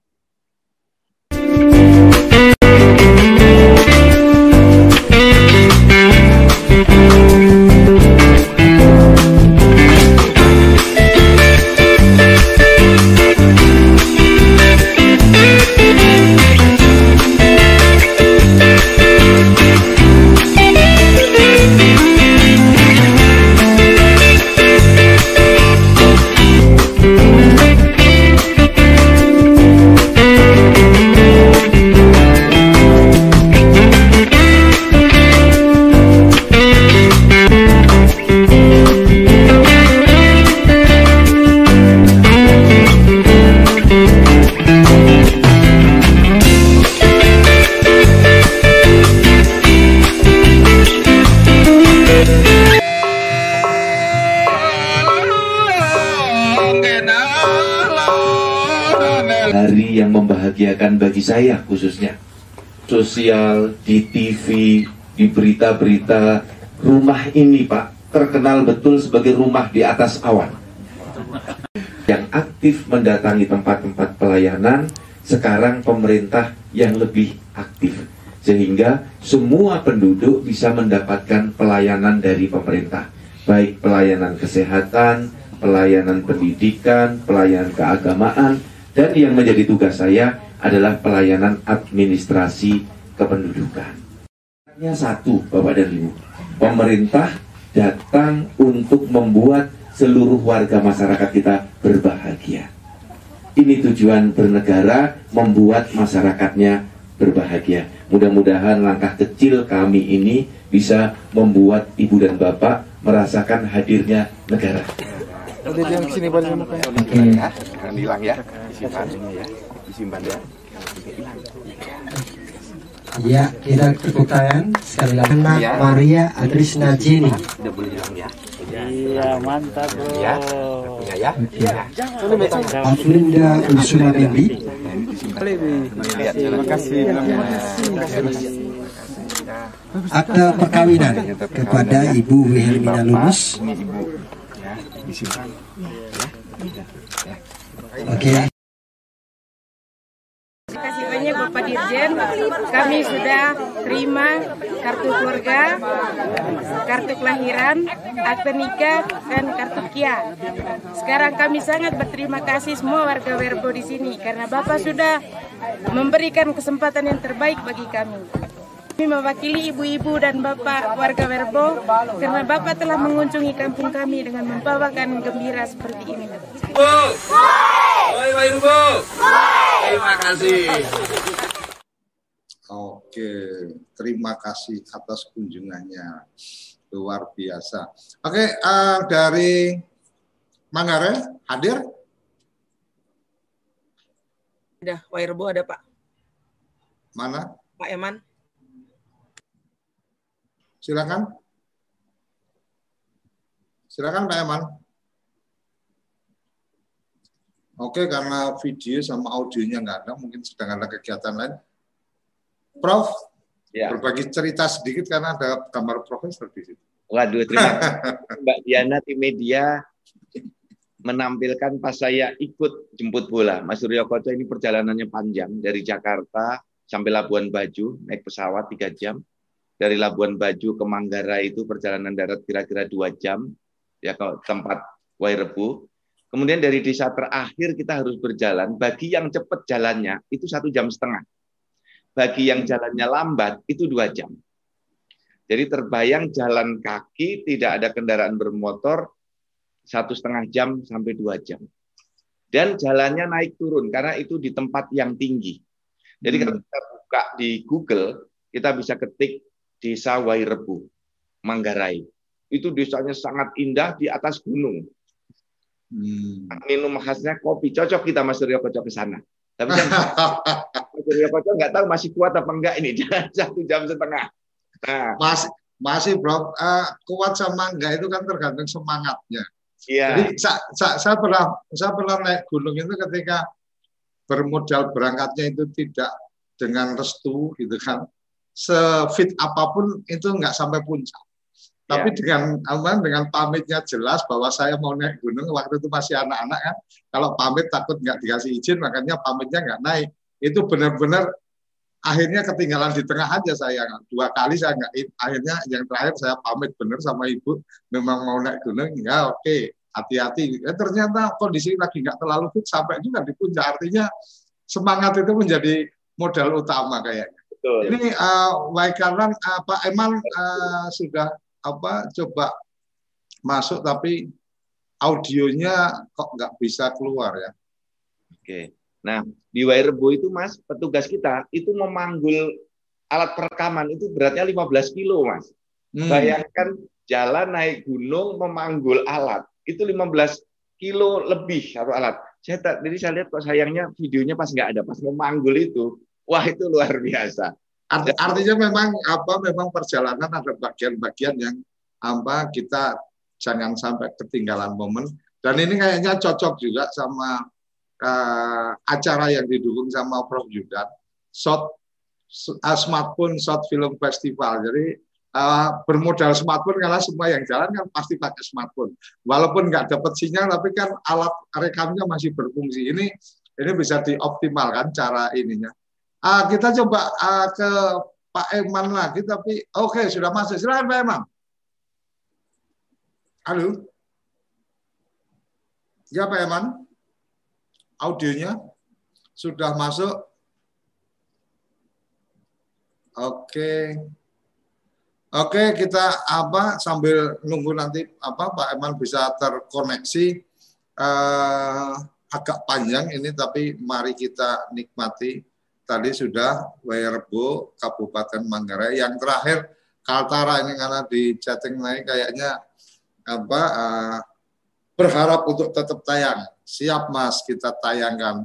Hari yang membahagiakan bagi saya khususnya. Sosial, di TV, di berita-berita, rumah ini Pak terkenal betul sebagai rumah di atas awan. Yang aktif mendatangi tempat-tempat pelayanan, sekarang pemerintah yang lebih aktif. Sehingga semua penduduk bisa mendapatkan pelayanan dari pemerintah. Baik pelayanan kesehatan, pelayanan pendidikan, pelayanan keagamaan, dan yang menjadi tugas saya adalah pelayanan administrasi kependudukan. Hanya satu, Bapak dan Ibu, pemerintah datang untuk membuat seluruh warga masyarakat kita berbahagia. Ini tujuan bernegara, membuat masyarakatnya berbahagia. Mudah-mudahan langkah kecil kami ini bisa membuat Ibu dan Bapak merasakan hadirnya negara. Udah yang sini balik mukanya. Jangan hilang ya. Disimpan ya. Ya, kita tepuk tangan sekali lagi. Anak Maria Agrisna Jenny. Udah boleh hilang ya. Iya, mantap bro. Ya. Ya. Afrinda Ursula Bebi. Terima kasih. Akta perkawinan kepada Ibu Wilhelmina Lubis. Disimpan. Oke. Terima kasih banyak Bapak Dirjen. Kami sudah terima kartu keluarga, kartu kelahiran, akte nikah, dan kartu KIA. Sekarang kami sangat berterima kasih semua warga Werbo di sini karena Bapak sudah memberikan kesempatan yang terbaik bagi kami. Kami mewakili ibu-ibu dan bapak warga Werbo karena Bapak telah mengunjungi kampung kami dengan membawakan gembira seperti ini. Terima kasih. Oke, terima kasih atas kunjungannya, luar biasa. Oke, dari Manggarai hadir? Ada Werbo ada Pak. Mana? Pak Eman. Silakan. Silakan Pak Eman. Oke, karena video sama audionya nggak ada, mungkin sedang ada kegiatan lain. Prof, ya. Berbagi cerita sedikit karena ada gambar profesor di situ. Waduh, terima kasih Mbak Diana, tim media menampilkan pas saya ikut jemput bola. Mas Suryo Koco ini perjalanannya panjang dari Jakarta sampai Labuan Bajo, naik pesawat 3 jam. Dari Labuan Bajo ke Manggarai itu perjalanan darat kira-kira 2 jam, ya ke tempat Werbo. Kemudian dari desa terakhir kita harus berjalan, bagi yang cepat jalannya itu 1,5 jam. Bagi yang jalannya lambat itu 2 jam. Jadi terbayang jalan kaki, tidak ada kendaraan bermotor, 1,5 jam sampai 2 jam. Dan jalannya naik turun, karena itu di tempat yang tinggi. Jadi kalau kita buka di Google, kita bisa ketik Desa Werbo, Manggarai. Itu desanya sangat indah di atas gunung. Minum khasnya kopi, cocok kita Mas Suryo Koco ke sana. Tapi kan Mas Suryo Koco nggak tahu masih kuat apa enggak ini jalan 1,5 jam. Nah, masih Bro, kuat sama enggak itu kan tergantung semangatnya. Iya. Jadi saya pernah naik gunung itu ketika bermodal berangkatnya itu tidak dengan restu gitu kan. Sefit apapun itu nggak sampai puncak. Tapi dengan pamitnya jelas bahwa saya mau naik gunung, waktu itu masih anak-anak kan. Kalau pamit takut nggak dikasih izin, makanya pamitnya nggak naik. Itu benar-benar akhirnya ketinggalan di tengah aja saya. 2 kali saya nggak, akhirnya yang terakhir saya pamit benar sama ibu, memang mau naik gunung, ya oke, hati-hati. Ternyata kondisi lagi nggak terlalu fit, sampai juga di puncak. Artinya semangat itu menjadi modal utama kayaknya. Betul. Ini karena Pak Eman sudah coba masuk tapi audionya kok nggak bisa keluar ya. Oke. Nah, di Wairebo itu Mas, petugas kita itu memanggul alat perekaman itu beratnya 15 kilo Mas. Bayangkan jalan naik gunung memanggul alat, itu 15 kilo lebih satu alat. Jadi saya lihat kok sayangnya videonya pas nggak ada, pas memanggul itu, wah itu luar biasa. Artinya memang perjalanan ada bagian-bagian yang kita jangan sampai ketinggalan momen. Dan ini kayaknya cocok juga sama acara yang didukung sama Prof. Yudan, Smartphone Short Film Festival. Jadi bermodal smartphone, karena semua yang jalan kan pasti pakai smartphone. Walaupun nggak dapat sinyal, tapi kan alat rekamnya masih berfungsi. Ini bisa dioptimalkan cara ininya. Kita coba ke Pak Eman lagi, tapi oke, sudah masuk. Silakan Pak Eman. Halo. Ya Pak Eman. Audionya sudah masuk. Oke, kita sambil nunggu nanti Pak Eman bisa terkoneksi. Agak panjang ini, tapi mari kita nikmati. Tadi sudah Wairebo, Kabupaten Manggarai. Yang terakhir Kaltara, ini karena di chatting naik kayaknya berharap untuk tetap tayang. Siap Mas, kita tayangkan.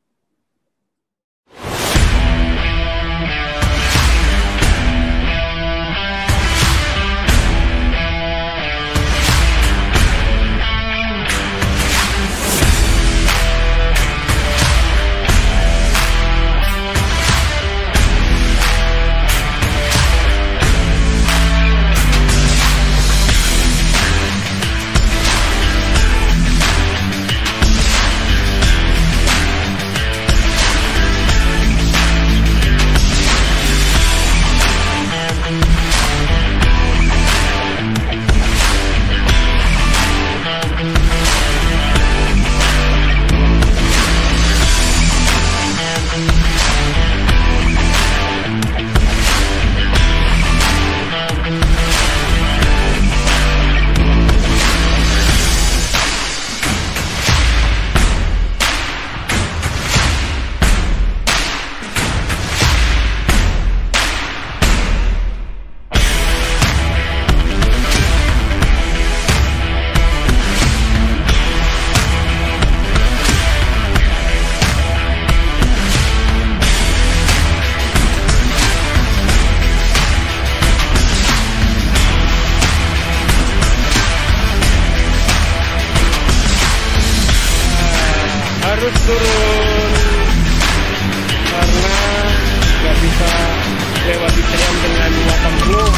harus turun karena nggak bisa lewati tram dengan muatan penuh.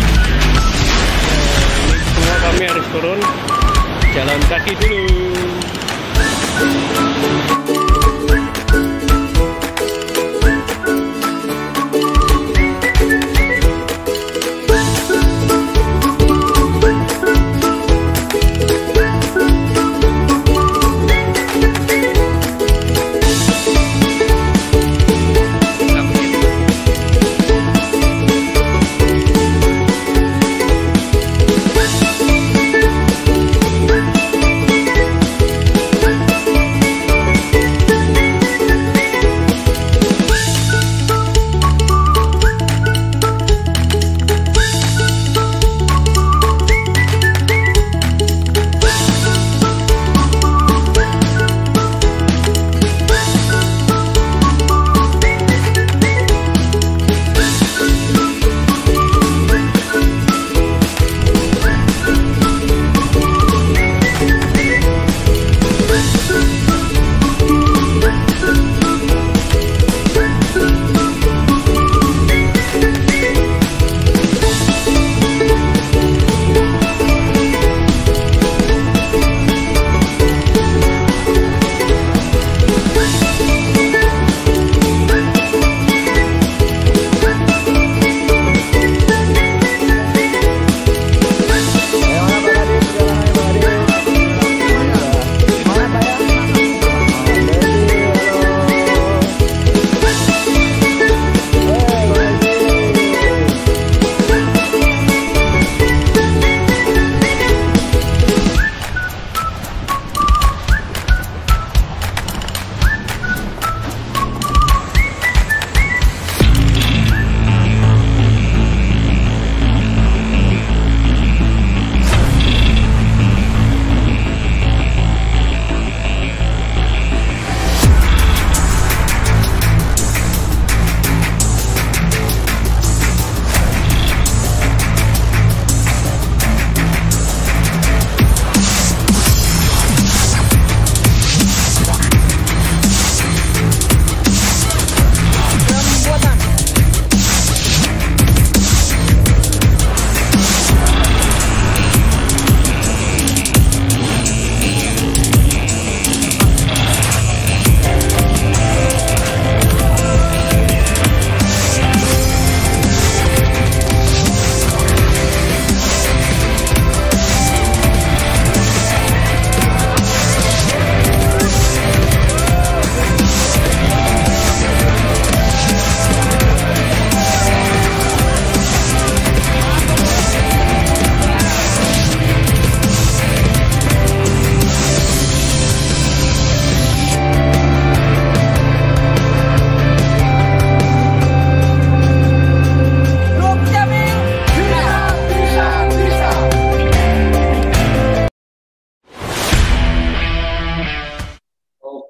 Semua kami harus turun jalan kaki dulu.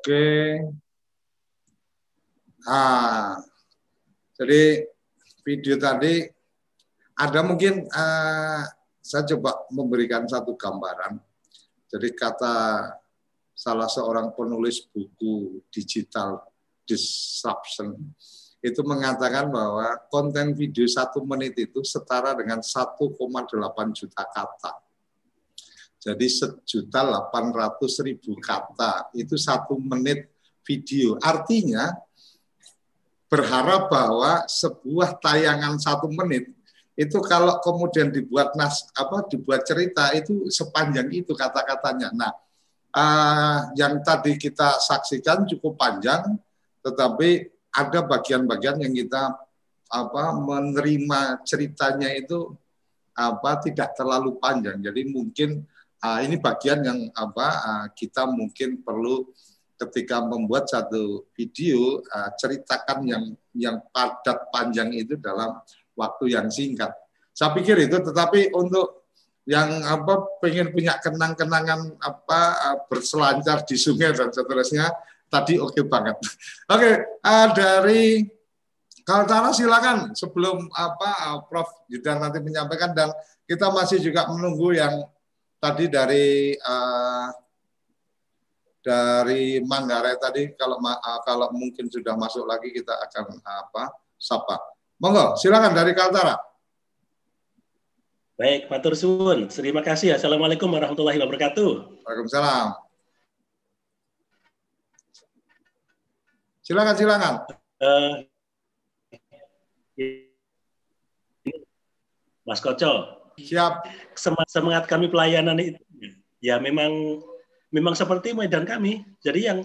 Oke. Jadi video tadi ada mungkin saya coba memberikan satu gambaran. Jadi kata salah seorang penulis buku Digital Disruption itu mengatakan bahwa konten video 1 menit itu setara dengan 1,8 juta kata. Jadi 1.800.000 kata itu 1 menit video. Artinya berharap bahwa sebuah tayangan 1 menit itu kalau kemudian dibuat dibuat cerita itu sepanjang itu kata-katanya. Nah, yang tadi kita saksikan cukup panjang, tetapi ada bagian-bagian yang kita menerima ceritanya itu tidak terlalu panjang. Jadi mungkin ini bagian yang kita mungkin perlu ketika membuat satu video ceritakan yang padat panjang itu dalam waktu yang singkat. Saya pikir itu, tetapi untuk yang pengen punya kenang-kenangan berselancar di sungai dan seterusnya tadi oke banget. Oke, dari Kaltara silakan sebelum Prof Yudan nanti menyampaikan, dan kita masih juga menunggu yang tadi dari Manggarai tadi, kalau mungkin sudah masuk lagi kita akan sapa. Monggo, silakan dari Kaltara. Baik, matur suwun. Terima kasih. Assalamualaikum warahmatullahi wabarakatuh. Waalaikumsalam. Silakan. Mas Koco. Siap. Semangat kami pelayanan itu ya memang seperti medan kami. Jadi yang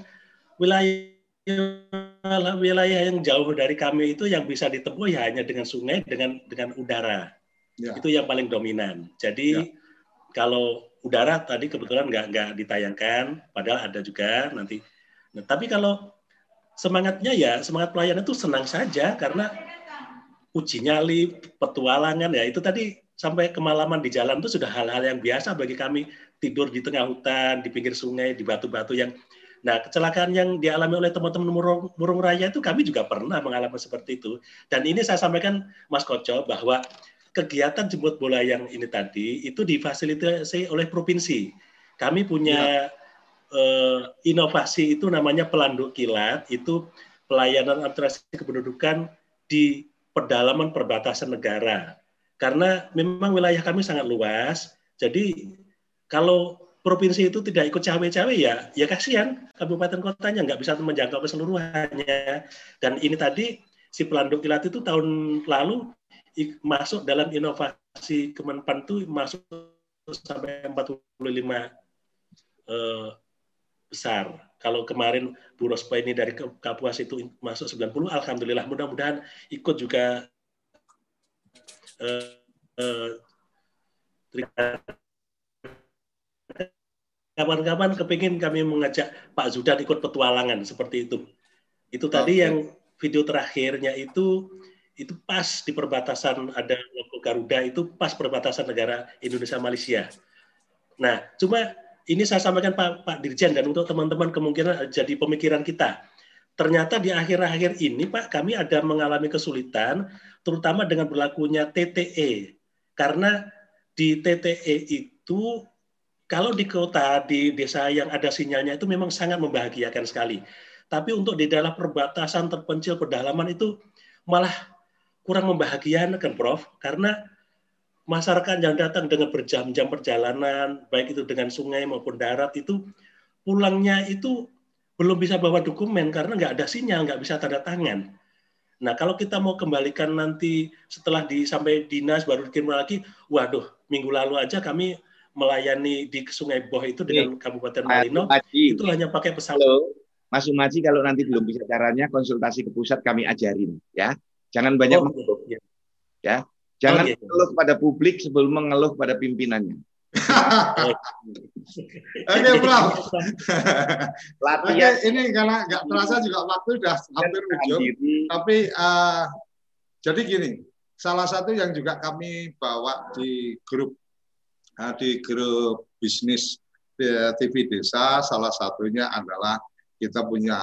wilayah yang jauh dari kami itu yang bisa ditempuh ya hanya dengan sungai, dengan udara. Ya. Itu yang paling dominan. Jadi kalau udara tadi kebetulan nggak ditayangkan, padahal ada juga nanti. Nah, tapi kalau semangatnya ya semangat pelayanan itu senang saja karena uji nyali, petualangan ya itu tadi sampai kemalaman di jalan itu sudah hal-hal yang biasa bagi kami, tidur di tengah hutan, di pinggir sungai, di batu-batu yang kecelakaan yang dialami oleh teman-teman Murung Raya itu kami juga pernah mengalami seperti itu. Dan ini saya sampaikan Mas Koco bahwa kegiatan jemput bola yang ini tadi itu difasilitasi oleh provinsi. Kami punya inovasi itu namanya Pelanduk Kilat, itu pelayanan administrasi kependudukan di pedalaman perbatasan negara. Karena memang wilayah kami sangat luas, jadi kalau provinsi itu tidak ikut cawe-cawe ya kasihan kabupaten kotanya nggak bisa menjangkau keseluruhannya. Dan ini tadi si Pelanduk Kilat itu tahun lalu masuk dalam inovasi Kemenpan itu masuk sampai 45 besar. Kalau kemarin Bu Rospa ini dari Kapuas itu masuk 90, alhamdulillah, mudah-mudahan ikut juga kawan-kawan kepingin kami mengajak Pak Zudan ikut petualangan seperti itu. Itu tadi yang video terakhirnya itu pas di perbatasan, ada logo Garuda itu pas perbatasan negara Indonesia Malaysia. Nah, cuma ini saya sampaikan Pak Dirjen, dan untuk teman-teman kemungkinan jadi pemikiran kita. Ternyata di akhir-akhir ini Pak, kami ada mengalami kesulitan, terutama dengan berlakunya TTE. Karena di TTE itu, kalau di kota, di desa yang ada sinyalnya itu memang sangat membahagiakan sekali. Tapi untuk di daerah perbatasan terpencil pedalaman itu malah kurang membahagiakan, Prof. Karena masyarakat yang datang dengan berjam-jam perjalanan, baik itu dengan sungai maupun darat, itu pulangnya itu belum bisa bawa dokumen karena nggak ada sinyal, nggak bisa tanda tangan. Nah, kalau kita mau kembalikan nanti setelah sampai dinas baru dikirim lagi, waduh, minggu lalu aja kami melayani di Sungai Boh itu dengan Kabupaten Malino, itu hanya pakai pesawat. Halo, Mas Sumaji, kalau nanti belum bisa caranya, konsultasi ke pusat kami ajarin, ya. Jangan banyak mengeluh, ya. Jangan mengeluh pada publik sebelum mengeluh pada pimpinannya. Oke, Prof. Oke, ini karena nggak terasa juga waktu sudah hampir ujung. Tapi jadi gini, salah satu yang juga kami bawa di grup bisnis TV Desa, salah satunya adalah kita punya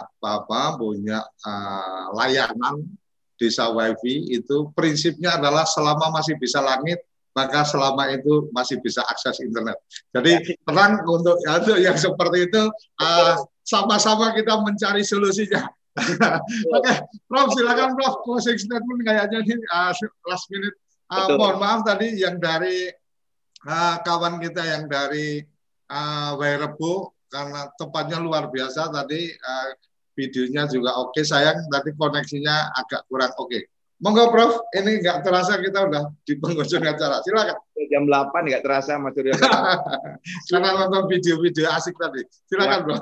layanan desa WiFi itu prinsipnya adalah selama masih bisa langit, maka selama itu masih bisa akses internet. Jadi terang untuk yang seperti itu, sama-sama kita mencari solusinya. Oke, Prof, silakan Prof, closing statement kayaknya ini last minute. Mohon maaf tadi yang dari kawan kita yang dari Wairebo, karena tempatnya luar biasa tadi, videonya juga oke, sayang tadi koneksinya agak kurang oke. Monggo Prof, ini nggak terasa kita udah di penghujung acara. Silakan. Jam 8 nggak terasa Mas Suryo. Karena nonton video-video asik tadi. Silakan Prof.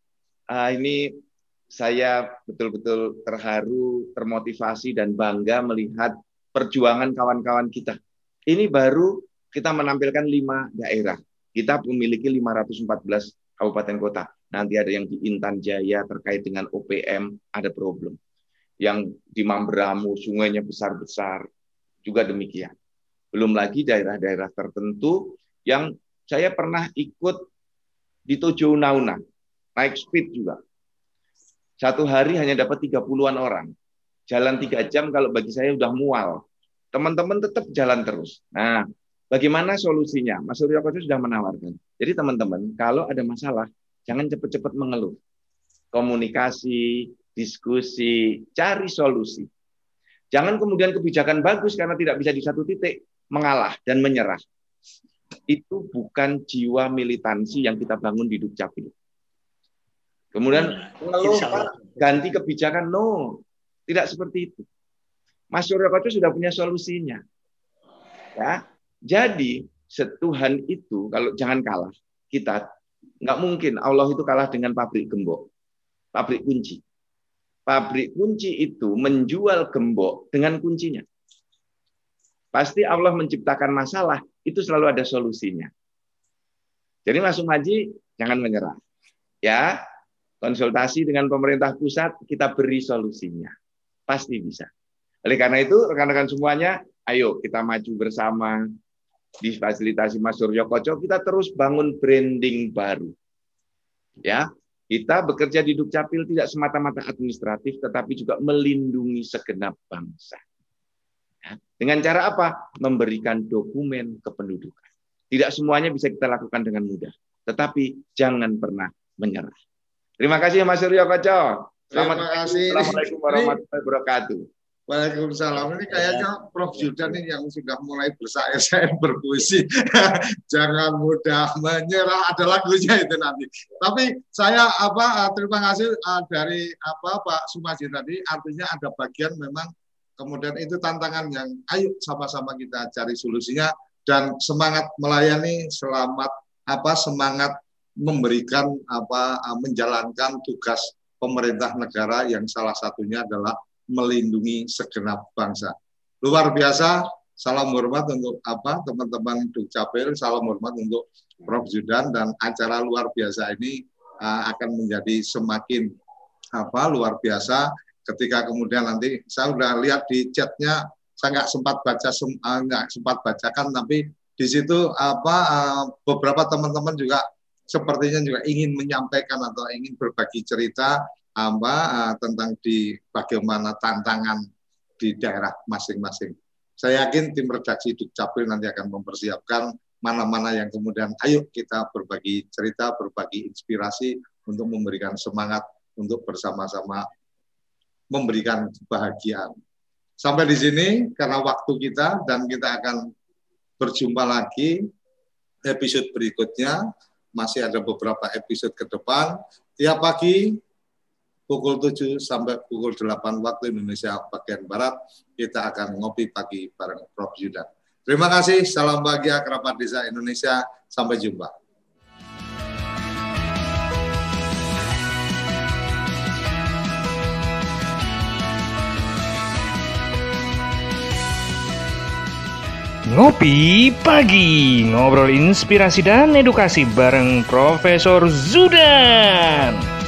Ini saya betul-betul terharu, termotivasi dan bangga melihat perjuangan kawan-kawan kita. Ini baru kita menampilkan 5 daerah. Kita memiliki 514 kabupaten kota. Nanti ada yang di Intan Jaya terkait dengan OPM, ada problem. Yang di Mamberamo, sungainya besar-besar, juga demikian. Belum lagi daerah-daerah tertentu yang saya pernah ikut di Tojo Unauna, naik speed juga. Satu hari hanya dapat 30-an orang. Jalan 3 jam kalau bagi saya udah mual. Teman-teman tetap jalan terus. Nah, bagaimana solusinya? Mas Suryo Koco sudah menawarkan. Jadi teman-teman, kalau ada masalah, jangan cepat-cepat mengeluh. Komunikasi, diskusi, cari solusi. Jangan kemudian kebijakan bagus karena tidak bisa di satu titik mengalah dan menyerah. Itu bukan jiwa militansi yang kita bangun di Dukcapil. Kemudian mengeluh, ganti kebijakan, no. Tidak seperti itu. Mas Suryo Koco sudah punya solusinya. Ya. Jadi, Tuhan itu kalau jangan kalah. Kita nggak mungkin Allah itu kalah dengan pabrik gembok, pabrik kunci. Pabrik kunci itu menjual gembok dengan kuncinya. Pasti Allah menciptakan masalah, itu selalu ada solusinya. Jadi langsung haji, jangan menyerah. Ya, konsultasi dengan pemerintah pusat, kita beri solusinya. Pasti bisa. Oleh karena itu, rekan-rekan semuanya, ayo kita maju bersama. Difasilitasi Mas Suryo Koco, kita terus bangun branding baru. Ya, kita bekerja di Dukcapil tidak semata-mata administratif, tetapi juga melindungi segenap bangsa. Ya, dengan cara apa? Memberikan dokumen kependudukan. Tidak semuanya bisa kita lakukan dengan mudah, tetapi jangan pernah menyerah. Terima kasih Mas Suryo Koco. Terima kasih. Assalamualaikum warahmatullahi wabarakatuh. Waalaikumsalam. Ini kayaknya Prof Zudan ini yang sudah mulai bersair-sair berpuisi. Jangan mudah menyerah, ada lagunya itu nanti. Tapi saya terima kasih dari Pak Sumaji tadi. Artinya ada bagian memang kemudian itu tantangan yang ayo sama-sama kita cari solusinya dan semangat melayani, semangat memberikan menjalankan tugas pemerintah negara yang salah satunya adalah melindungi segenap bangsa. Luar biasa, salam hormat untuk teman-teman Dukcapil, salam hormat untuk Prof Zudan, dan acara luar biasa ini akan menjadi semakin luar biasa ketika kemudian nanti saya sudah lihat di chatnya, saya nggak sempat bacakan, tapi di situ beberapa teman-teman juga sepertinya juga ingin menyampaikan atau ingin berbagi cerita tentang bagaimana tantangan di daerah masing-masing. Saya yakin tim redaksi Dukcapil nanti akan mempersiapkan mana-mana yang kemudian ayo kita berbagi cerita, berbagi inspirasi untuk memberikan semangat untuk bersama-sama memberikan kebahagiaan. Sampai di sini karena waktu kita, dan kita akan berjumpa lagi episode berikutnya. Masih ada beberapa episode ke depan. Tiap pagi pukul 7 sampai pukul 8 waktu Indonesia bagian Barat, kita akan ngopi pagi bareng Prof Zudan. Terima kasih, salam bahagia kerabat desa Indonesia, sampai jumpa. Ngopi Pagi, ngobrol inspirasi dan edukasi bareng Profesor Zudan.